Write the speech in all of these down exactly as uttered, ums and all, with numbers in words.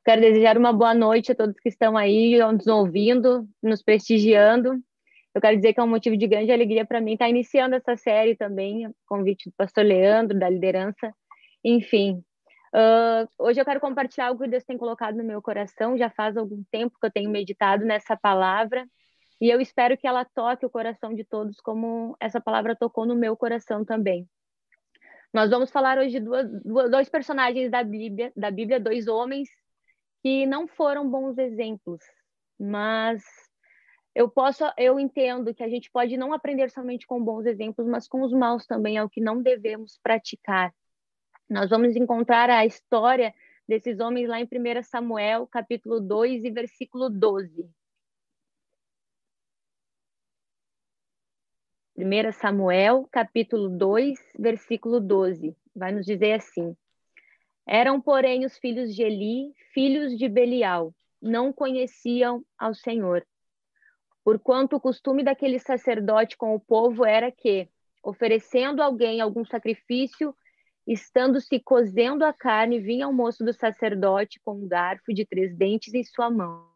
Quero desejar uma boa noite a todos que estão aí nos ouvindo, nos prestigiando. Eu quero dizer que é um motivo de grande alegria para mim estar iniciando essa série também, convite do pastor Leandro, da liderança. Enfim, uh, hoje eu quero compartilhar algo que Deus tem colocado no meu coração. Já faz algum tempo que eu tenho meditado nessa palavra e eu espero que ela toque o coração de todos como essa palavra tocou no meu coração também. Nós vamos falar hoje de duas, dois personagens da Bíblia, da Bíblia, dois homens que não foram bons exemplos, mas eu posso, eu entendo que a gente pode não aprender somente com bons exemplos, mas com os maus também, é o que não devemos praticar. Nós vamos encontrar a história desses homens lá em primeiro Samuel, capítulo dois e versículo doze. primeiro Samuel, capítulo dois, versículo doze. Vai nos dizer assim: Eram, porém, os filhos de Eli, filhos de Belial, não conheciam ao Senhor. Porquanto o costume daquele sacerdote com o povo era que, oferecendo a alguém algum sacrifício, estando-se cozendo a carne, vinha o moço do sacerdote com um garfo de três dentes em sua mão,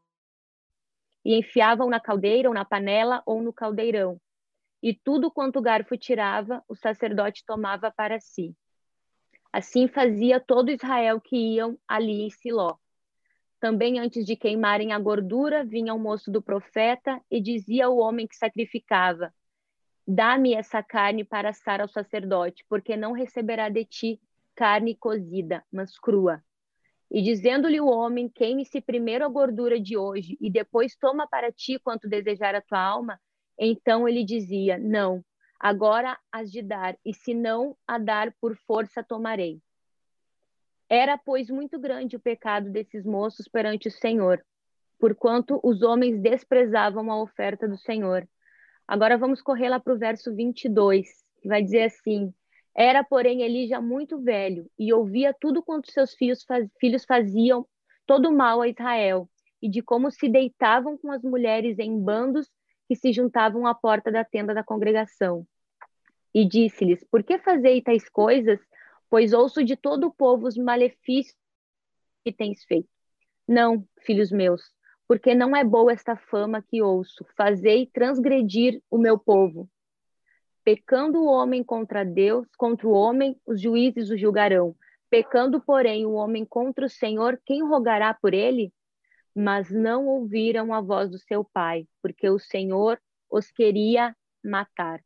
e enfiavam na caldeira, ou na panela, ou no caldeirão. E tudo quanto o garfo tirava, o sacerdote tomava para si. Assim fazia todo Israel que iam ali em Siló. Também antes de queimarem a gordura, vinha o moço do profeta e dizia ao homem que sacrificava: Dá-me essa carne para assar ao sacerdote, porque não receberá de ti carne cozida, mas crua. E dizendo-lhe o homem: Queime-se primeiro a gordura de hoje, e depois toma para ti quanto desejar a tua alma. Então ele dizia: Não, agora has de dar, e se não a dar, por força tomarei. Era, pois, muito grande o pecado desses moços perante o Senhor, porquanto os homens desprezavam a oferta do Senhor. Agora vamos correr lá para o verso vinte e dois, que vai dizer assim: Era, porém, Eli já muito velho, e ouvia tudo quanto seus filhos, faz... filhos faziam, todo mal a Israel, e de como se deitavam com as mulheres em bandos que se juntavam à porta da tenda da congregação. E disse-lhes: Por que fazei tais coisas? Pois ouço de todo o povo os malefícios que tens feito. Não, filhos meus, porque não é boa esta fama que ouço. Fazei transgredir o meu povo. Pecando o homem contra Deus, contra o homem, os juízes o julgarão. Pecando, porém, o homem contra o Senhor, quem rogará por ele? Mas não ouviram a voz do seu pai, porque o Senhor os queria matar.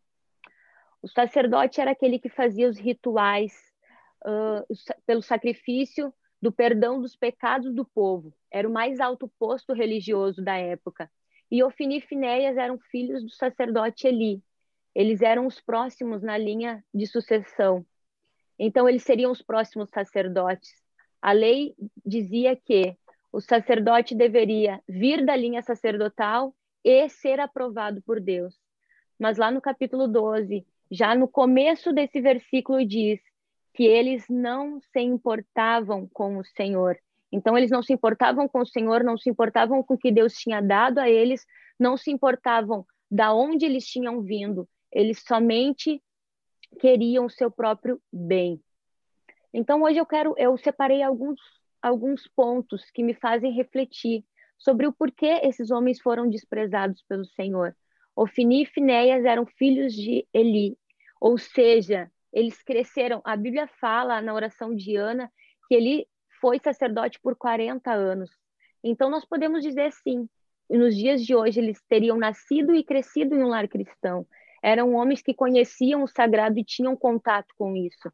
O sacerdote era aquele que fazia os rituais uh, pelo sacrifício do perdão dos pecados do povo. Era o mais alto posto religioso da época. E Ofni e Finéias eram filhos do sacerdote Eli. Eles eram os próximos na linha de sucessão. Então, eles seriam os próximos sacerdotes. A lei dizia que o sacerdote deveria vir da linha sacerdotal e ser aprovado por Deus. Mas lá no capítulo doze, já no começo desse versículo diz que eles não se importavam com o Senhor. Então, eles não se importavam com o Senhor, não se importavam com o que Deus tinha dado a eles, não se importavam da onde eles tinham vindo. Eles somente queriam o seu próprio bem. Então, hoje eu quero, eu separei alguns, alguns pontos que me fazem refletir sobre o porquê esses homens foram desprezados pelo Senhor. Ofni e Finéias eram filhos de Eli, ou seja, eles cresceram. A Bíblia fala na oração de Ana que ele foi sacerdote por quarenta anos. Então, nós podemos dizer sim, nos dias de hoje eles teriam nascido e crescido em um lar cristão. Eram homens que conheciam o sagrado e tinham contato com isso.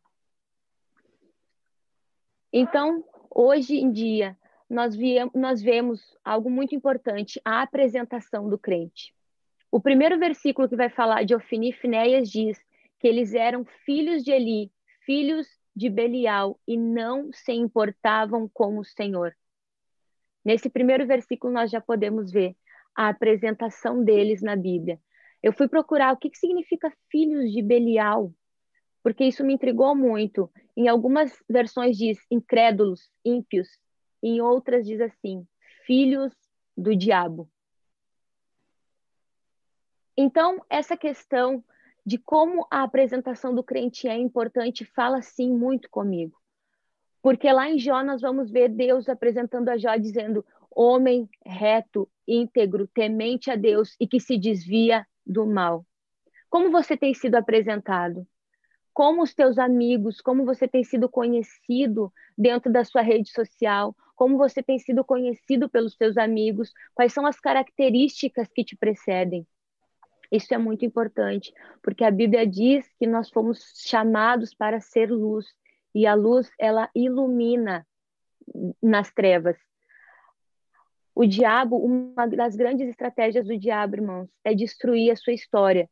Então, hoje em dia, nós, viemos, nós vemos algo muito importante, a apresentação do crente. O primeiro versículo que vai falar de Ofni e Finéias diz que eles eram filhos de Eli, filhos de Belial, e não se importavam com o Senhor. Nesse primeiro versículo nós já podemos ver a apresentação deles na Bíblia. Eu fui procurar o que, que significa filhos de Belial, porque isso me intrigou muito. Em algumas versões diz incrédulos, ímpios, em outras diz assim, filhos do diabo. Então, essa questão de como a apresentação do crente é importante fala sim muito comigo. Porque lá em Jó nós vamos ver Deus apresentando a Jó dizendo: homem reto, íntegro, temente a Deus e que se desvia do mal. Como você tem sido apresentado? Como os teus amigos, como você tem sido conhecido dentro da sua rede social? Como você tem sido conhecido pelos teus amigos? Quais são as características que te precedem? Isso é muito importante, porque a Bíblia diz que nós fomos chamados para ser luz, e a luz, ela ilumina nas trevas. O diabo, uma das grandes estratégias do diabo, irmãos, é destruir a sua história.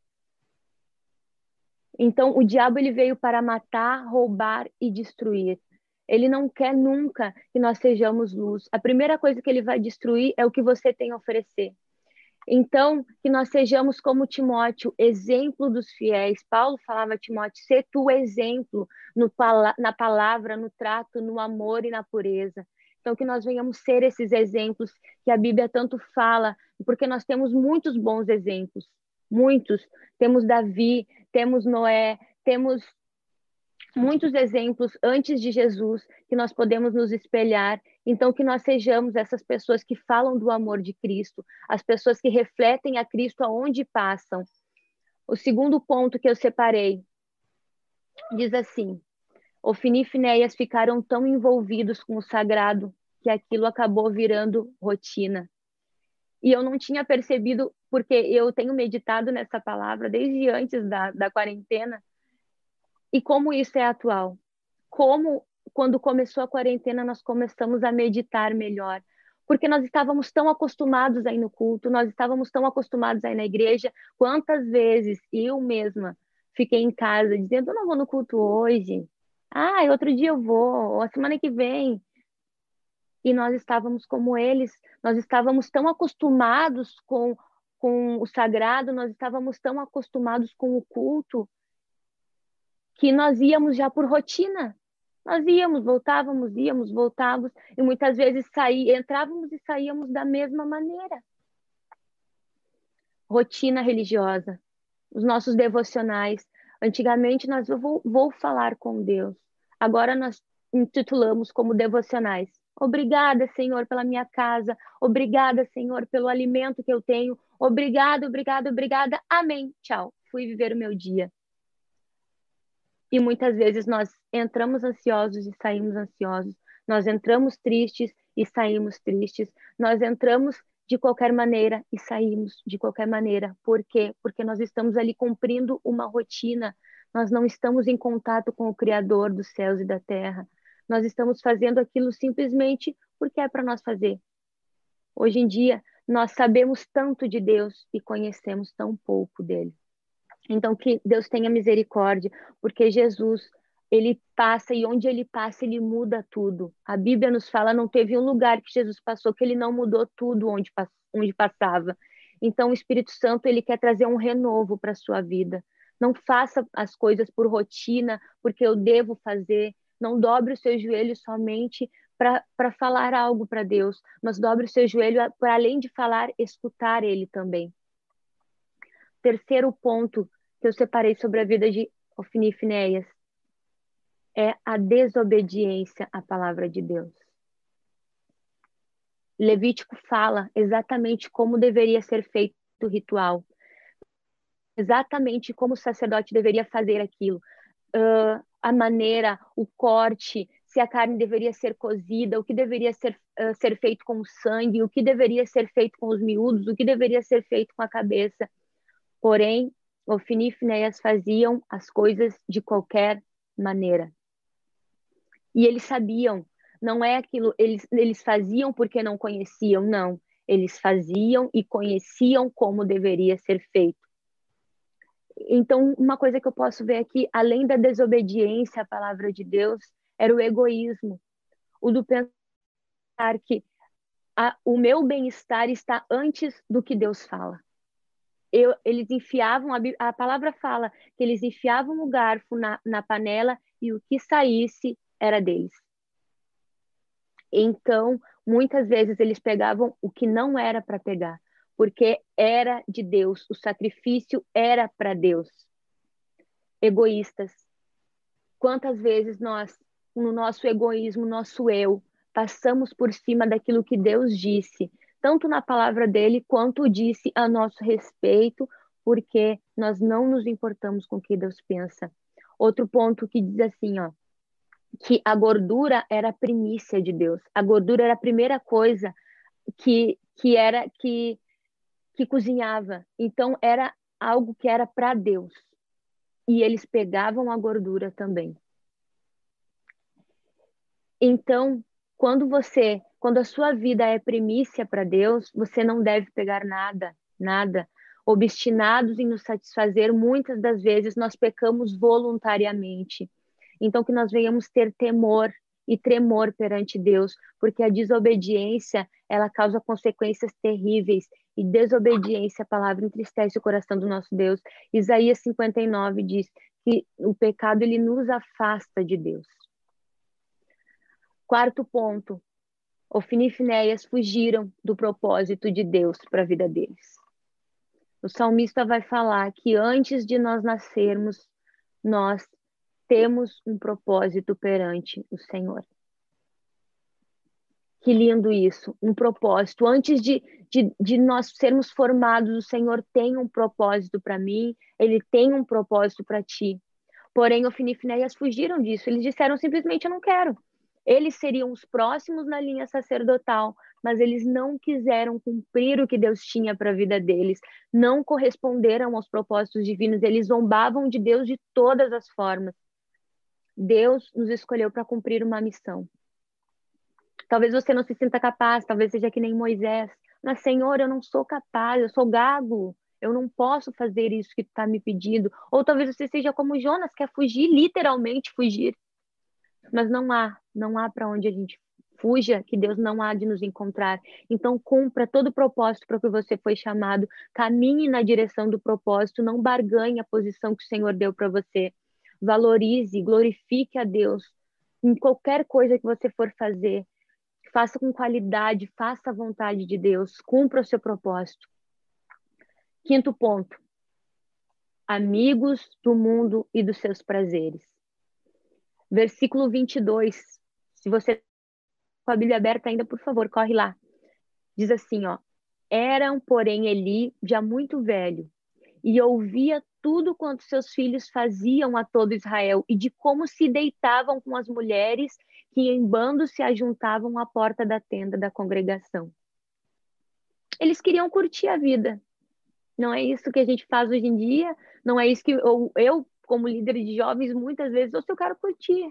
Então, o diabo ele veio para matar, roubar e destruir. Ele não quer nunca que nós sejamos luz. A primeira coisa que ele vai destruir é o que você tem a oferecer. Então, que nós sejamos como Timóteo, exemplo dos fiéis. Paulo falava a Timóteo: sê tu exemplo no, na palavra, no trato, no amor e na pureza. Então, que nós venhamos ser esses exemplos que a Bíblia tanto fala, porque nós temos muitos bons exemplos, muitos. Temos Davi, temos Noé, temos muitos exemplos antes de Jesus que nós podemos nos espelhar. Então, que nós sejamos essas pessoas que falam do amor de Cristo, as pessoas que refletem a Cristo aonde passam. O segundo ponto que eu separei diz assim: Ofni e Finéias ficaram tão envolvidos com o sagrado que aquilo acabou virando rotina. E eu não tinha percebido, porque eu tenho meditado nessa palavra desde antes da, da quarentena, e como isso é atual. Como, quando começou a quarentena, nós começamos a meditar melhor. Porque nós estávamos tão acostumados a ir no culto, nós estávamos tão acostumados a ir na igreja. Quantas vezes eu mesma fiquei em casa dizendo: eu não vou no culto hoje. Ah, outro dia eu vou, ou a semana que vem. E nós estávamos como eles, nós estávamos tão acostumados com, com o sagrado, nós estávamos tão acostumados com o culto, que nós íamos já por rotina. Nós íamos, voltávamos, íamos, voltávamos, e muitas vezes saí, entrávamos e saíamos da mesma maneira. Rotina religiosa, os nossos devocionais. Antigamente nós vou, vou falar com Deus. Agora nós intitulamos como devocionais. Obrigada, Senhor, pela minha casa. Obrigada, Senhor, pelo alimento que eu tenho. Obrigada, obrigada, obrigada. Amém. Tchau. Fui viver o meu dia. E muitas vezes nós entramos ansiosos e saímos ansiosos. Nós entramos tristes e saímos tristes. Nós entramos de qualquer maneira e saímos de qualquer maneira. Por quê? Porque nós estamos ali cumprindo uma rotina. Nós não estamos em contato com o Criador dos céus e da terra. Nós estamos fazendo aquilo simplesmente porque é para nós fazer. Hoje em dia, nós sabemos tanto de Deus e conhecemos tão pouco dele. Então, que Deus tenha misericórdia, porque Jesus, ele passa e onde ele passa, ele muda tudo. A Bíblia nos fala, não teve um lugar que Jesus passou que ele não mudou tudo onde, onde passava. Então, o Espírito Santo, ele quer trazer um renovo para a sua vida. Não faça as coisas por rotina, porque eu devo fazer. Não dobre os seus joelhos somente para falar algo para Deus, mas dobre o seu joelho para, além de falar, escutar ele também. Terceiro ponto que eu separei sobre a vida de Ofni e Finéias é a desobediência à palavra de Deus. Levítico fala exatamente como deveria ser feito o ritual, exatamente como o sacerdote deveria fazer aquilo, uh, a maneira, o corte, se a carne deveria ser cozida, o que deveria ser, uh, ser feito com o sangue, o que deveria ser feito com os miúdos, o que deveria ser feito com a cabeça. Porém, Ofni e Finéias faziam as coisas de qualquer maneira. E eles sabiam, não é aquilo, eles, eles faziam porque não conheciam, não. Eles faziam e conheciam como deveria ser feito. Então, uma coisa que eu posso ver aqui, além da desobediência à palavra de Deus, era o egoísmo. O do pensar que a, o meu bem-estar está antes do que Deus fala. Eu, eles enfiavam, a, a palavra fala que eles enfiavam o garfo na, na panela e o que saísse era deles. Então, muitas vezes eles pegavam o que não era para pegar, porque era de Deus, o sacrifício era para Deus. Egoístas. Quantas vezes nós no nosso egoísmo, nosso eu, passamos por cima daquilo que Deus disse, tanto na palavra dele, quanto disse a nosso respeito, porque nós não nos importamos com o que Deus pensa. Outro ponto que diz assim, ó, que a gordura era a primícia de Deus. A gordura era a primeira coisa que, que era que, que cozinhava. Então era algo que era para Deus. E eles pegavam a gordura também. Então, quando você, quando a sua vida é primícia para Deus, você não deve pegar nada, nada. Obstinados em nos satisfazer, muitas das vezes nós pecamos voluntariamente. Então, que nós venhamos ter temor e tremor perante Deus, porque a desobediência, ela causa consequências terríveis, e desobediência, a palavra entristece o coração do nosso Deus. Isaías cinquenta e nove diz que o pecado, ele nos afasta de Deus. Quarto ponto, Ofni e Finéias fugiram do propósito de Deus para a vida deles. O salmista vai falar que antes de nós nascermos, nós temos um propósito perante o Senhor. Que lindo isso, um propósito. Antes de, de, de nós sermos formados, o Senhor tem um propósito para mim, Ele tem um propósito para ti. Porém, Ofni e Finéias fugiram disso. Eles disseram simplesmente, eu não quero. Eles seriam os próximos na linha sacerdotal, mas eles não quiseram cumprir o que Deus tinha para a vida deles, não corresponderam aos propósitos divinos, eles zombavam de Deus de todas as formas. Deus nos escolheu para cumprir uma missão. Talvez você não se sinta capaz, talvez seja que nem Moisés. Mas, Senhor, eu não sou capaz, eu sou gago, eu não posso fazer isso que tu está me pedindo. Ou talvez você seja como Jonas, quer fugir, literalmente fugir. Mas não há, não há para onde a gente fuja, que Deus não há de nos encontrar. Então, cumpra todo o propósito para que você foi chamado, caminhe na direção do propósito, não barganhe a posição que o Senhor deu para você. Valorize, glorifique a Deus em qualquer coisa que você for fazer. Faça com qualidade, faça a vontade de Deus, cumpra o seu propósito. Quinto ponto, amigos do mundo e dos seus prazeres. Versículo vinte e dois, se você com a Bíblia aberta ainda, por favor, corre lá. Diz assim, ó, eram, porém, Eli já muito velho, e ouvia tudo quanto seus filhos faziam a todo Israel, e de como se deitavam com as mulheres que em bando se ajuntavam à porta da tenda da congregação. Eles queriam curtir a vida. Não é isso que a gente faz hoje em dia, não é isso que eu, eu como líder de jovens, muitas vezes, eu só quero curtir.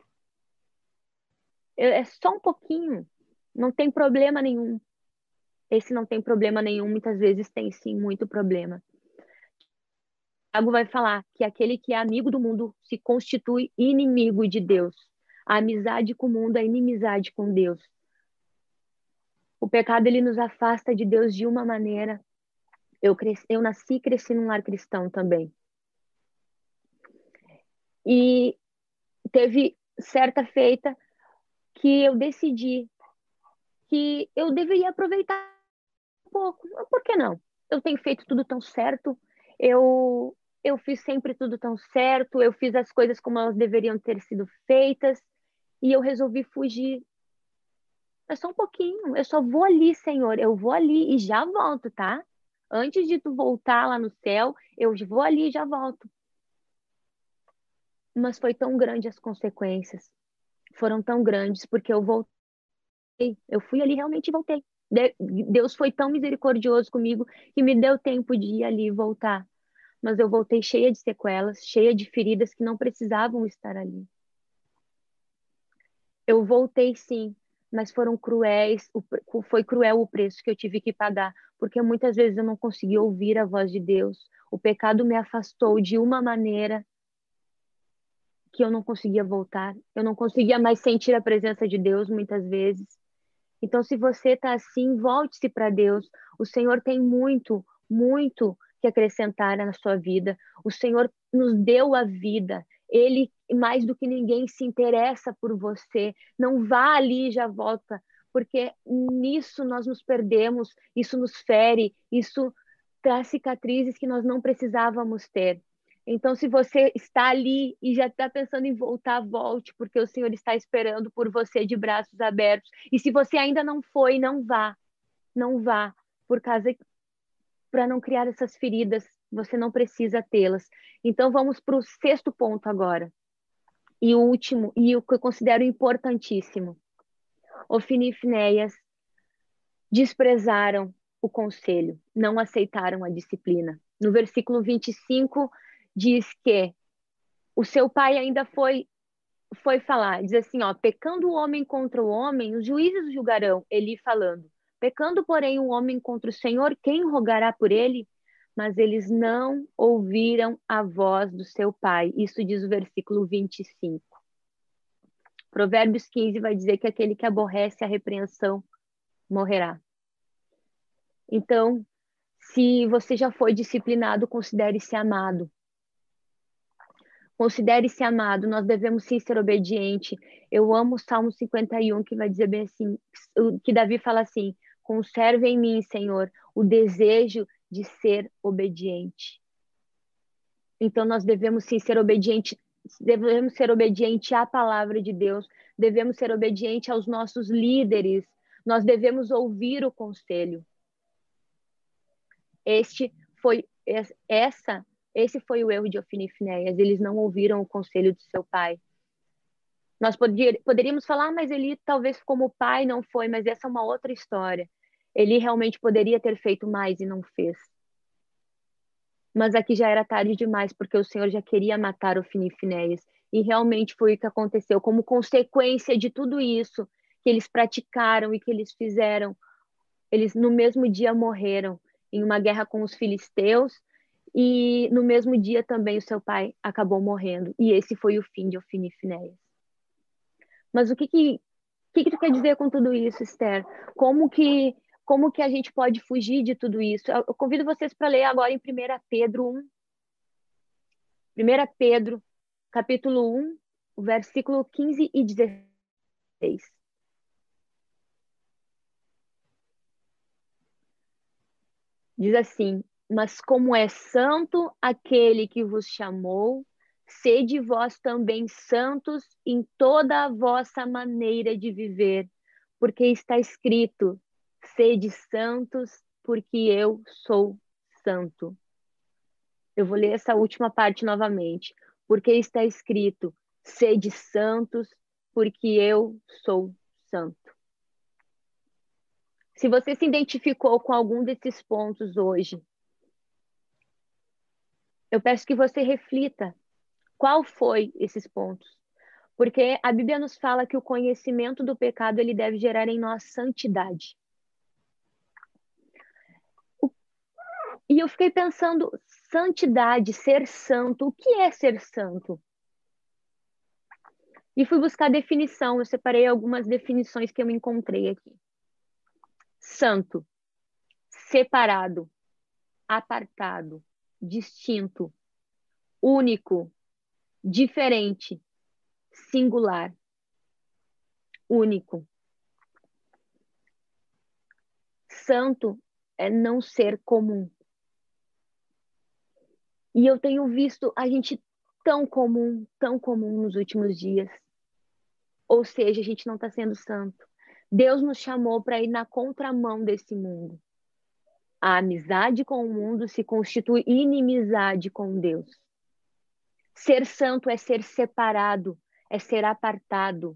É só um pouquinho, não tem problema nenhum. Esse não tem problema nenhum, muitas vezes tem sim muito problema. Tiago vai falar que aquele que é amigo do mundo se constitui inimigo de Deus. A amizade com o mundo é inimizade com Deus. O pecado, ele nos afasta de Deus de uma maneira. Eu, cresci, eu nasci e cresci num lar cristão também. E teve certa feita que eu decidi que eu deveria aproveitar um pouco. Por que não? Eu tenho feito tudo tão certo, eu, eu fiz sempre tudo tão certo, eu fiz as coisas como elas deveriam ter sido feitas, e eu resolvi fugir. É só um pouquinho, eu só vou ali, Senhor, eu vou ali e já volto, tá? Antes de tu voltar lá no céu, eu vou ali e já volto. Mas foi tão grande as consequências, foram tão grandes, porque eu voltei, eu fui ali e realmente voltei. Deus foi tão misericordioso comigo que me deu tempo de ir ali e voltar. Mas eu voltei cheia de sequelas, cheia de feridas que não precisavam estar ali. Eu voltei sim, mas foram cruéis, foi cruel o preço que eu tive que pagar, porque muitas vezes eu não consegui ouvir a voz de Deus. O pecado me afastou de uma maneira que eu não conseguia voltar. Eu não conseguia mais sentir a presença de Deus muitas vezes. Então, se você está assim, volte-se para Deus. O Senhor tem muito, muito que acrescentar na sua vida. O Senhor nos deu a vida. Ele, mais do que ninguém, se interessa por você. Não vá ali e já volta, porque nisso nós nos perdemos, isso nos fere, isso traz cicatrizes que nós não precisávamos ter. Então, se você está ali e já está pensando em voltar, volte, porque o Senhor está esperando por você de braços abertos. E se você ainda não foi, não vá, não vá, por causa para não criar essas feridas, você não precisa tê-las. Então, vamos para o sexto ponto agora. E o último, e o que eu considero importantíssimo. Ofni e Finéias desprezaram o conselho, não aceitaram a disciplina. No versículo vinte e cinco diz que o seu pai ainda foi foi falar, diz assim, ó, pecando o homem contra o homem, os juízes julgarão, Eli falando. Pecando, porém, o homem contra o Senhor, quem rogará por ele? Mas eles não ouviram a voz do seu pai. Isso diz o versículo vinte e cinco. Provérbios quinze vai dizer que aquele que aborrece a repreensão morrerá. Então, se você já foi disciplinado, considere-se amado. Considere-se amado, nós devemos sim ser obediente. Eu amo o Salmo cinquenta e um, que vai dizer bem assim, que Davi fala assim, conserve em mim, Senhor, o desejo de ser obediente. Então nós devemos sim ser obediente, devemos ser obediente à palavra de Deus, devemos ser obediente aos nossos líderes, nós devemos ouvir o conselho. Este foi essa Esse foi o erro de Ofni e Finéias, eles não ouviram o conselho do seu pai. Nós poder, poderíamos falar, mas ele talvez como pai não foi, mas essa é uma outra história. Ele realmente poderia ter feito mais e não fez. Mas aqui já era tarde demais, porque o Senhor já queria matar Ofni e Finéias. E realmente foi o que aconteceu. Como consequência de tudo isso que eles praticaram e que eles fizeram, eles no mesmo dia morreram em uma guerra com os filisteus. E no mesmo dia também o seu pai acabou morrendo. E esse foi o fim de Ofni e Finéias. Mas o que que, que que tu quer dizer com tudo isso, Esther? Como que, como que a gente pode fugir de tudo isso? Eu, eu convido vocês para ler agora em primeira Pedro um. primeira Pedro, capítulo um, versículo quinze e dezesseis. Diz assim, mas como é santo aquele que vos chamou, sede vós também santos em toda a vossa maneira de viver, porque está escrito, sede santos, porque eu sou santo. Eu vou ler essa última parte novamente. Porque está escrito, sede santos, porque eu sou santo. Se você se identificou com algum desses pontos hoje, eu peço que você reflita qual foi esses pontos. Porque a Bíblia nos fala que o conhecimento do pecado ele deve gerar em nós santidade. E eu fiquei pensando, santidade, ser santo, o que é ser santo? E fui buscar definição, eu separei algumas definições que eu encontrei aqui. Santo, separado, apartado, distinto, único, diferente, singular, único. Santo é não ser comum. E eu tenho visto a gente tão comum, tão comum nos últimos dias. Ou seja, a gente não está sendo santo. Deus nos chamou para ir na contramão desse mundo. A amizade com o mundo se constitui inimizade com Deus. Ser santo é ser separado, é ser apartado.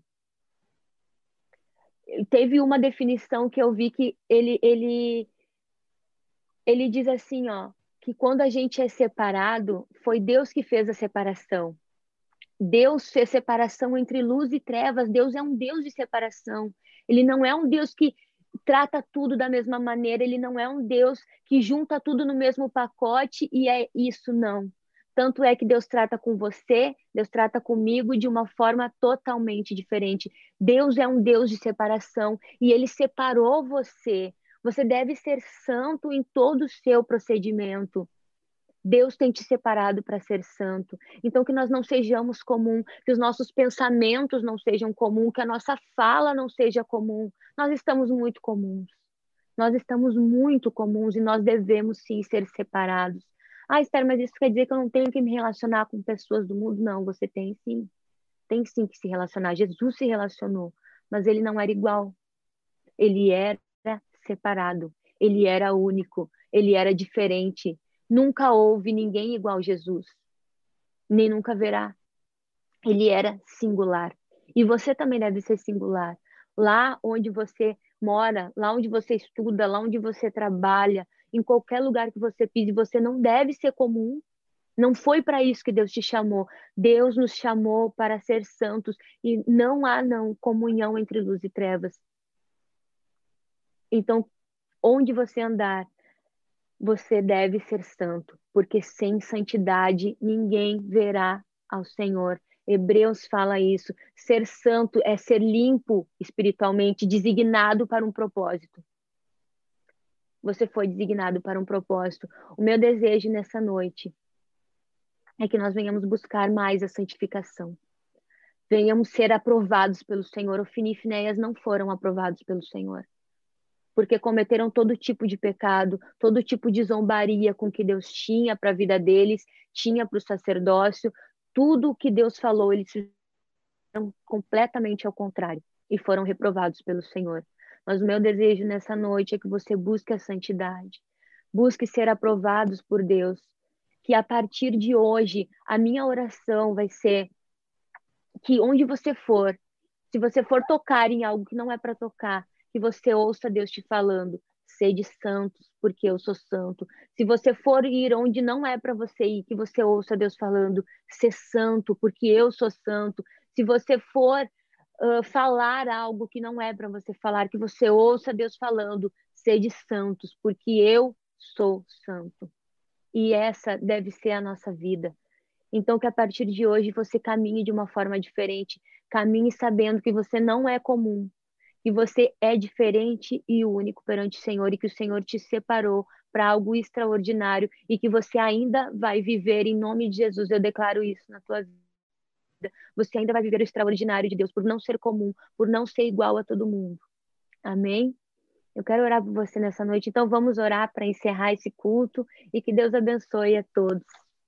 Teve uma definição que eu vi que ele, ele, ele diz assim, ó, que quando a gente é separado, foi Deus que fez a separação. Deus fez separação entre luz e trevas. Deus é um Deus de separação. Ele não é um Deus que trata tudo da mesma maneira. Ele não é um Deus que junta tudo no mesmo pacote e é isso, não. Tanto é que Deus trata com você, Deus trata comigo de uma forma totalmente diferente. Deus é um Deus de separação e Ele separou você. Você deve ser santo em todo o seu procedimento. Deus tem te separado para ser santo. Então, que nós não sejamos comum, que os nossos pensamentos não sejam comum, que a nossa fala não seja comum. Nós estamos muito comuns. Nós estamos muito comuns e nós devemos sim ser separados. Ah, Esther, mas isso quer dizer que eu não tenho que me relacionar com pessoas do mundo? Não, você tem sim. Tem sim que se relacionar. Jesus se relacionou, mas ele não era igual. Ele era separado. Ele era único. Ele era diferente. Nunca houve ninguém igual a Jesus. Nem nunca haverá. Ele era singular. E você também deve ser singular. Lá onde você mora, lá onde você estuda, lá onde você trabalha, em qualquer lugar que você pise, você não deve ser comum. Não foi para isso que Deus te chamou. Deus nos chamou para ser santos e não há não comunhão entre luz e trevas. Então, onde você andar, você deve ser santo, porque sem santidade ninguém verá ao Senhor. Hebreus fala isso. Ser santo é ser limpo espiritualmente, designado para um propósito. Você foi designado para um propósito. O meu desejo nessa noite é que nós venhamos buscar mais a santificação. Venhamos ser aprovados pelo Senhor. Ofni e Finéias não foram aprovados pelo Senhor, porque cometeram todo tipo de pecado, todo tipo de zombaria com que Deus tinha para a vida deles, tinha para o sacerdócio, tudo o que Deus falou, eles fizeram completamente ao contrário e foram reprovados pelo Senhor. Mas o meu desejo nessa noite é que você busque a santidade, busque ser aprovados por Deus, que a partir de hoje a minha oração vai ser que onde você for, se você for tocar em algo que não é para tocar, que você ouça Deus te falando, sede santos, porque eu sou santo. Se você for ir onde não é para você ir, que você ouça Deus falando, ser santo, porque eu sou santo. Se você for uh, falar algo que não é para você falar, que você ouça Deus falando, sede santos, porque eu sou santo. E essa deve ser a nossa vida. Então, que a partir de hoje você caminhe de uma forma diferente, caminhe sabendo que você não é comum, que você é diferente e único perante o Senhor e que o Senhor te separou para algo extraordinário e que você ainda vai viver em nome de Jesus. Eu declaro isso na tua vida. Você ainda vai viver o extraordinário de Deus por não ser comum, por não ser igual a todo mundo. Amém? Eu quero orar por você nessa noite, então vamos orar para encerrar esse culto e que Deus abençoe a todos.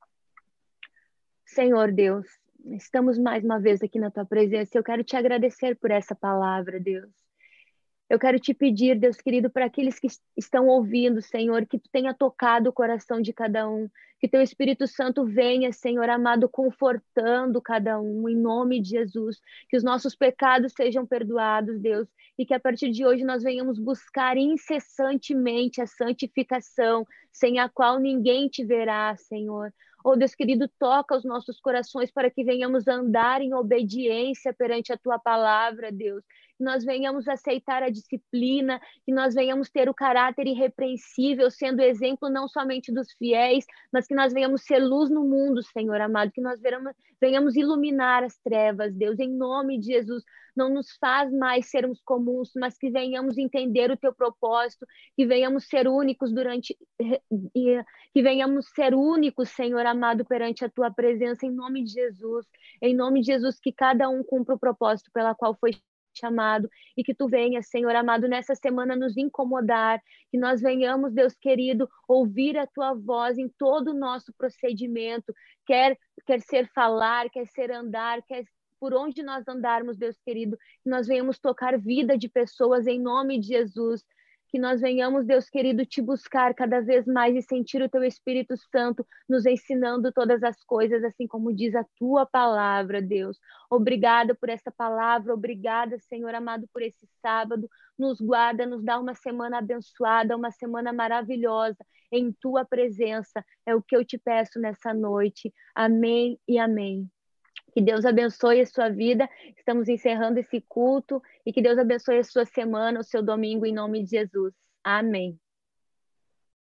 Senhor Deus, estamos mais uma vez aqui na tua presença. Eu quero te agradecer por essa palavra, Deus. Eu quero te pedir, Deus querido, para aqueles que estão ouvindo, Senhor, que tu tenha tocado o coração de cada um, que teu Espírito Santo venha, Senhor amado, confortando cada um, em nome de Jesus, que os nossos pecados sejam perdoados, Deus, e que a partir de hoje nós venhamos buscar incessantemente a santificação, sem a qual ninguém te verá, Senhor. Oh, Deus querido, toca os nossos corações para que venhamos andar em obediência perante a tua palavra, Deus. Que nós venhamos aceitar a disciplina, que nós venhamos ter o caráter irrepreensível, sendo exemplo não somente dos fiéis, mas que nós venhamos ser luz no mundo, Senhor amado, que nós venhamos, venhamos iluminar as trevas, Deus, em nome de Jesus. Não nos faz mais sermos comuns, mas que venhamos entender o teu propósito, que venhamos ser únicos durante, que venhamos ser únicos, Senhor amado, perante a tua presença, em nome de Jesus. Em nome de Jesus, que cada um cumpra o propósito pela qual foi chamado, e que tu venhas, Senhor amado, nessa semana nos incomodar, que nós venhamos, Deus querido, ouvir a tua voz em todo o nosso procedimento, quer, quer ser falar, quer ser andar, quer por onde nós andarmos, Deus querido, que nós venhamos tocar vida de pessoas em nome de Jesus, que nós venhamos, Deus querido, te buscar cada vez mais e sentir o teu Espírito Santo nos ensinando todas as coisas, assim como diz a tua palavra, Deus. Obrigada por essa palavra, obrigada, Senhor amado, por esse sábado. Nos guarda, nos dá uma semana abençoada, uma semana maravilhosa em tua presença. É o que eu te peço nessa noite. Amém e amém. Que Deus abençoe a sua vida. Estamos encerrando esse culto e que Deus abençoe a sua semana, o seu domingo, em nome de Jesus. Amém.